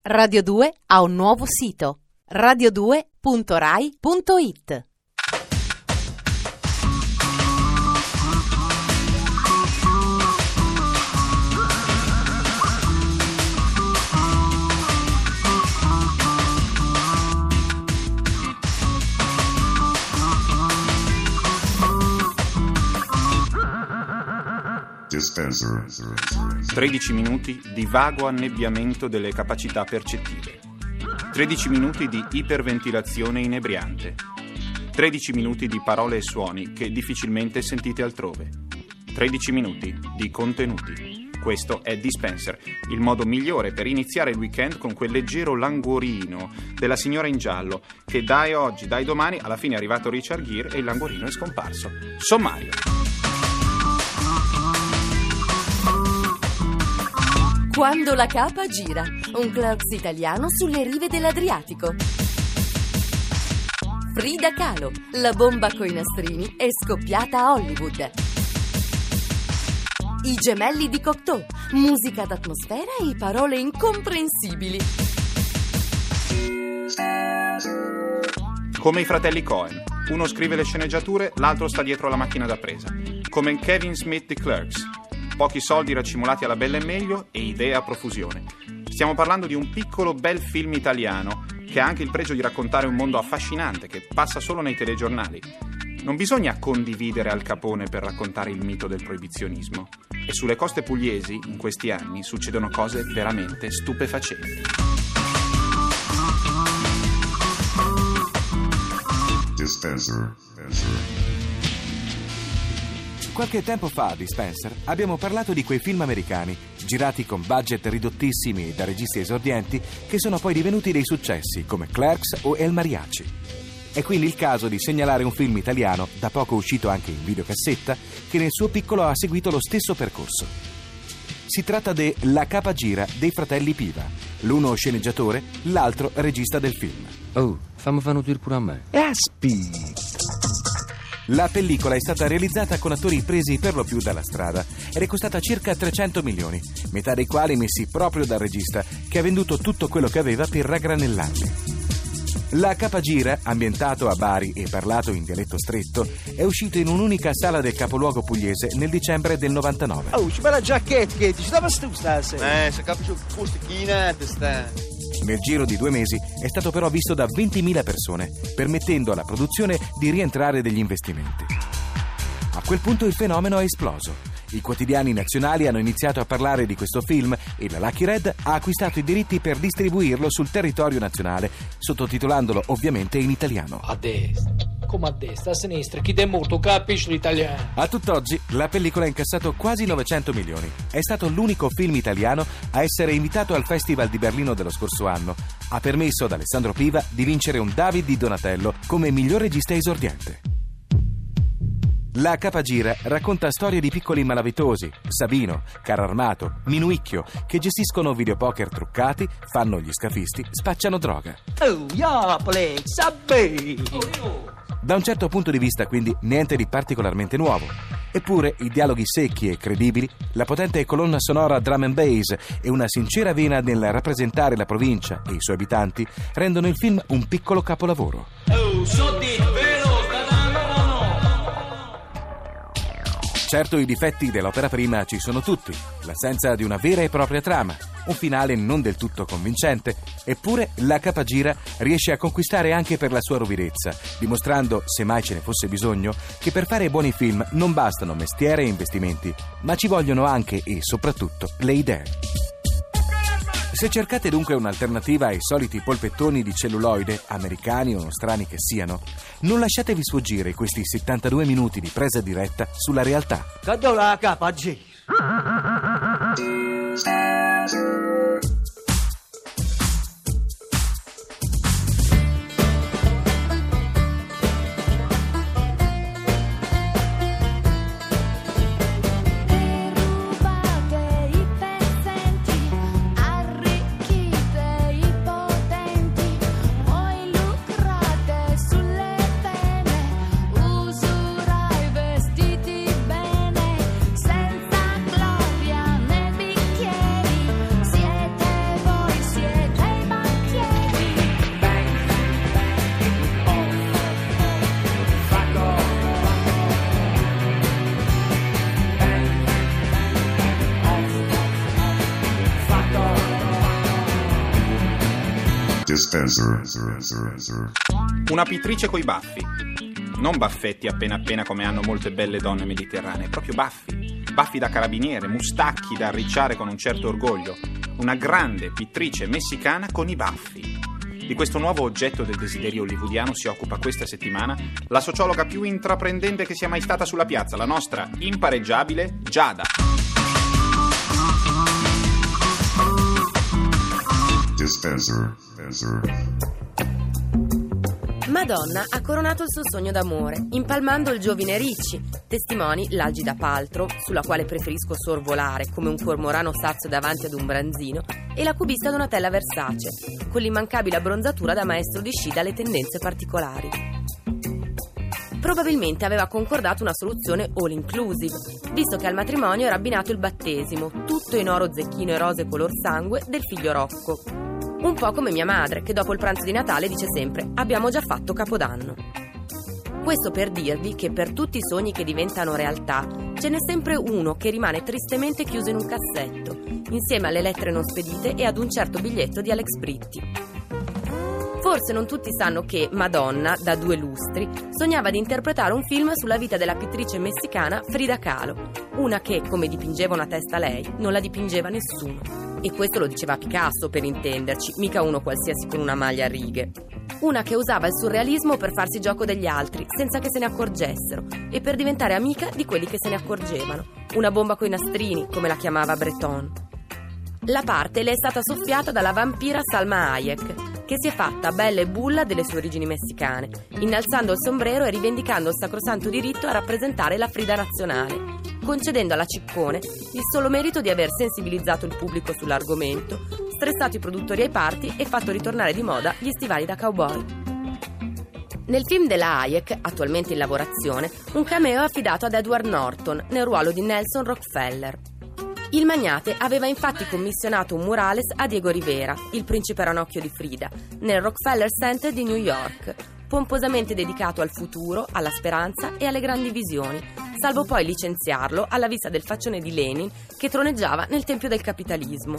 Radio 2 ha un nuovo sito: radio2.rai.it. Dispenser. 13 minuti di vago annebbiamento delle capacità percettive. 13 minuti di iperventilazione inebriante. 13 minuti di parole e suoni che difficilmente sentite altrove. 13 minuti di contenuti. Questo è Dispenser, il modo migliore per iniziare il weekend con quel leggero languorino della signora in giallo che dai oggi, dai domani, alla fine è arrivato Richard Gere e il languorino è scomparso. Sommario. Quando la capa gira, un Clerks italiano sulle rive dell'Adriatico. Frida Kahlo, la bomba coi nastrini è scoppiata a Hollywood. I gemelli di Cocteau, musica d'atmosfera e parole incomprensibili. Come i fratelli Coen, uno scrive le sceneggiature, l'altro sta dietro la macchina da presa. Come Kevin Smith di Clerks. Pochi soldi racimolati alla bella e meglio e idee a profusione. Stiamo parlando di un piccolo bel film italiano che ha anche il pregio di raccontare un mondo affascinante che passa solo nei telegiornali. Non bisogna condividere Al Capone per raccontare il mito del proibizionismo. E sulle coste pugliesi, in questi anni, succedono cose veramente stupefacenti. Dispenser. Qualche tempo fa a Dispenser abbiamo parlato di quei film americani, girati con budget ridottissimi e da registi esordienti, che sono poi divenuti dei successi, come Clerks o El Mariachi. È quindi il caso di segnalare un film italiano, da poco uscito anche in videocassetta, che nel suo piccolo ha seguito lo stesso percorso. Si tratta de La capa gira dei fratelli Piva, l'uno sceneggiatore, l'altro regista del film. Oh, fammi venire pure a me. La pellicola è stata realizzata con attori presi per lo più dalla strada ed è costata circa 300 milioni, metà dei quali messi proprio dal regista, che ha venduto tutto quello che aveva per raggranellarli. La capa gira, ambientato a Bari e parlato in dialetto stretto, è uscito in un'unica sala del capoluogo pugliese nel dicembre del 99. Oh, c'è bella giacchetta che dici, dove stai stasera? Se capisci questo chinante sta. Nel giro di 2 mesi è stato però visto da 20.000 persone, permettendo alla produzione di rientrare degli investimenti. A quel punto il fenomeno è esploso. I quotidiani nazionali hanno iniziato a parlare di questo film e la Lucky Red ha acquistato i diritti per distribuirlo sul territorio nazionale, sottotitolandolo ovviamente in italiano. A destra. Come a destra, a sinistra, chi te molto capisci l'italiano? A tutt'oggi la pellicola ha incassato quasi 900 milioni. È stato l'unico film italiano a essere invitato al Festival di Berlino dello scorso anno. Ha permesso ad Alessandro Piva di vincere un David di Donatello come miglior regista esordiente. La capa gira racconta storie di piccoli malavitosi, Sabino, Carro Armato, Minuicchio, che gestiscono videopoker truccati, fanno gli scafisti, spacciano droga. Oh, Plex, sabè! Da un certo punto di vista, quindi, niente di particolarmente nuovo. Eppure, i dialoghi secchi e credibili, la potente colonna sonora drum and bass e una sincera vena nel rappresentare la provincia e i suoi abitanti rendono il film un piccolo capolavoro. Oh, Certo, i difetti dell'opera prima ci sono tutti. L'assenza di una vera e propria trama, un finale non del tutto convincente. Eppure la capa gira riesce a conquistare anche per la sua ruvidezza, dimostrando, se mai ce ne fosse bisogno, che per fare buoni film non bastano mestiere e investimenti, ma ci vogliono anche e soprattutto le idee. Se cercate dunque un'alternativa ai soliti polpettoni di celluloide, americani o nostrani che siano, non lasciatevi sfuggire questi 72 minuti di presa diretta sulla realtà. Cadò la capa gira? Vestiti bene, senza gloria né bicchieri. Dispenser. Una pittrice coi baffi. Non baffetti appena appena come hanno molte belle donne mediterranee, proprio baffi. Baffi da carabiniere, mustacchi da arricciare con un certo orgoglio. Una grande pittrice messicana con i baffi. Di questo nuovo oggetto del desiderio hollywoodiano si occupa questa settimana la sociologa più intraprendente che sia mai stata sulla piazza, la nostra impareggiabile Giada. Dispenser. Madonna ha coronato il suo sogno d'amore, impalmando il giovine Ricci, testimoni l'Algida Paltrow, sulla quale preferisco sorvolare come un cormorano sazio davanti ad un branzino, e la cubista Donatella Versace, con l'immancabile abbronzatura da maestro di sci dalle tendenze particolari. Probabilmente aveva concordato una soluzione all inclusive, visto che al matrimonio era abbinato il battesimo, tutto in oro zecchino e rose color sangue, del figlio Rocco. Un po' come mia madre, che dopo il pranzo di Natale dice sempre «abbiamo già fatto Capodanno». Questo per dirvi che per tutti i sogni che diventano realtà ce n'è sempre uno che rimane tristemente chiuso in un cassetto, insieme alle lettere non spedite e ad un certo biglietto di Alex Britti. Forse non tutti sanno che Madonna, da 2 lustri, sognava di interpretare un film sulla vita della pittrice messicana Frida Kahlo, una che, come dipingeva una testa lei, non la dipingeva nessuno. E questo lo diceva Picasso, per intenderci, mica uno qualsiasi con una maglia a righe. Una che usava il surrealismo per farsi gioco degli altri, senza che se ne accorgessero, e per diventare amica di quelli che se ne accorgevano. Una bomba coi nastrini, come la chiamava Breton. La parte le è stata soffiata dalla vampira Salma Hayek, che si è fatta bella e bulla delle sue origini messicane, innalzando il sombrero e rivendicando il sacrosanto diritto a rappresentare la Frida nazionale, concedendo alla Ciccone il solo merito di aver sensibilizzato il pubblico sull'argomento, stressato i produttori ai party e fatto ritornare di moda gli stivali da cowboy. Nel film della Hayek, attualmente in lavorazione, un cameo è affidato ad Edward Norton nel ruolo di Nelson Rockefeller. Il magnate aveva infatti commissionato un murales a Diego Rivera, il principe ranocchio di Frida, nel Rockefeller Center di New York, pomposamente dedicato al futuro, alla speranza e alle grandi visioni, salvo poi licenziarlo alla vista del faccione di Lenin che troneggiava nel tempio del capitalismo.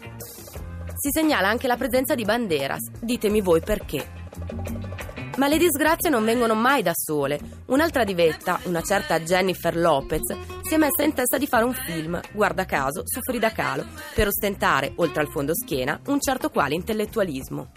Si segnala anche la presenza di Banderas, ditemi voi perché. Ma le disgrazie non vengono mai da sole. Un'altra divetta, una certa Jennifer Lopez, si è messa in testa di fare un film, guarda caso, su Frida Kahlo, per ostentare, oltre al fondoschiena, un certo quale intellettualismo.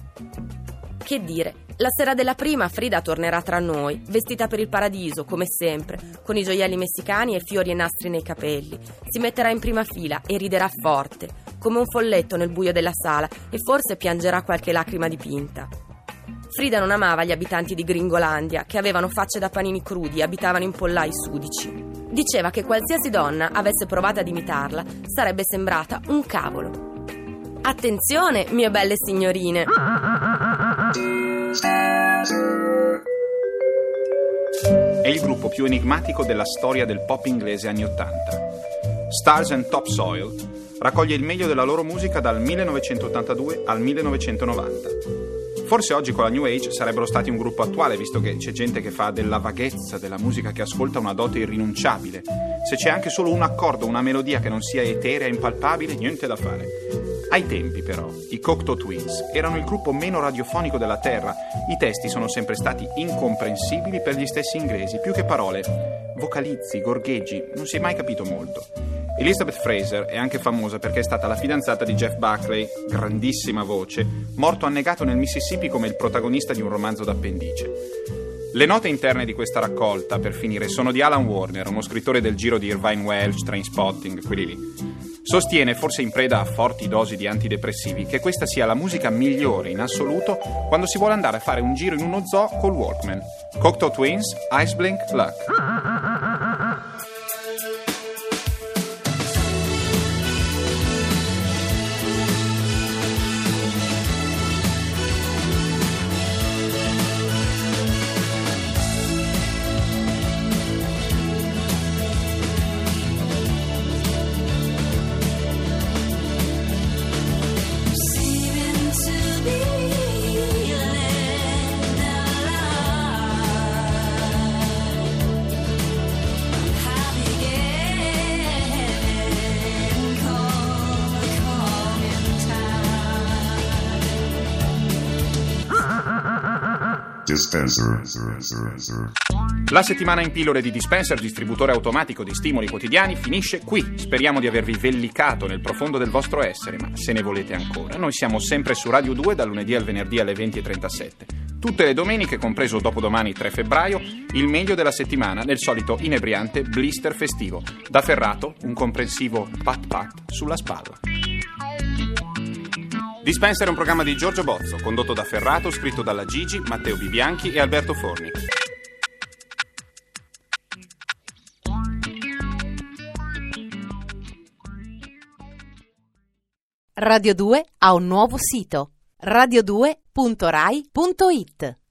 Che dire, la sera della prima Frida tornerà tra noi, vestita per il paradiso, come sempre, con i gioielli messicani e fiori e nastri nei capelli. Si metterà in prima fila e riderà forte, come un folletto nel buio della sala, e forse piangerà qualche lacrima dipinta. Frida non amava gli abitanti di Gringolandia, che avevano facce da panini crudi e abitavano in pollai sudici. Diceva che qualsiasi donna avesse provato ad imitarla sarebbe sembrata un cavolo. Attenzione, mie belle signorine! È il gruppo più enigmatico della storia del pop inglese anni '80. Stars and Topsoil raccoglie il meglio della loro musica dal 1982 al 1990. Forse oggi con la New Age sarebbero stati un gruppo attuale, visto che c'è gente che fa della vaghezza della musica che ascolta una dote irrinunciabile. Se c'è anche solo un accordo, una melodia che non sia eterea e impalpabile, niente da fare. Ai tempi, però, i Cocteau Twins erano il gruppo meno radiofonico della Terra. I testi sono sempre stati incomprensibili per gli stessi inglesi, più che parole. Vocalizzi, gorgheggi, non si è mai capito molto. Elizabeth Fraser è anche famosa perché è stata la fidanzata di Jeff Buckley, grandissima voce, morto annegato nel Mississippi come il protagonista di un romanzo d'appendice. Le note interne di questa raccolta, per finire, sono di Alan Warner, uno scrittore del giro di Irvine Welsh, Trainspotting, quelli lì. Sostiene, forse in preda a forti dosi di antidepressivi, che questa sia la musica migliore in assoluto quando si vuole andare a fare un giro in uno zoo col Walkman. Cocteau Twins, Ice Blink, Luck. Dispenser. La settimana in pillole di Dispenser, distributore automatico di stimoli quotidiani, finisce qui. Speriamo di avervi vellicato nel profondo del vostro essere, ma se ne volete ancora, noi siamo sempre su Radio 2 dal lunedì al venerdì alle 20:37. Tutte le domeniche, compreso dopodomani 3 febbraio, il meglio della settimana nel solito inebriante blister festivo. Da Ferrato, un comprensivo pat pat sulla spalla. Dispenser è un programma di Giorgio Bozzo, condotto da Ferrato, scritto dalla Gigi, Matteo Bibianchi e Alberto Forni. Radio 2 ha un nuovo sito: radio2.rai.it.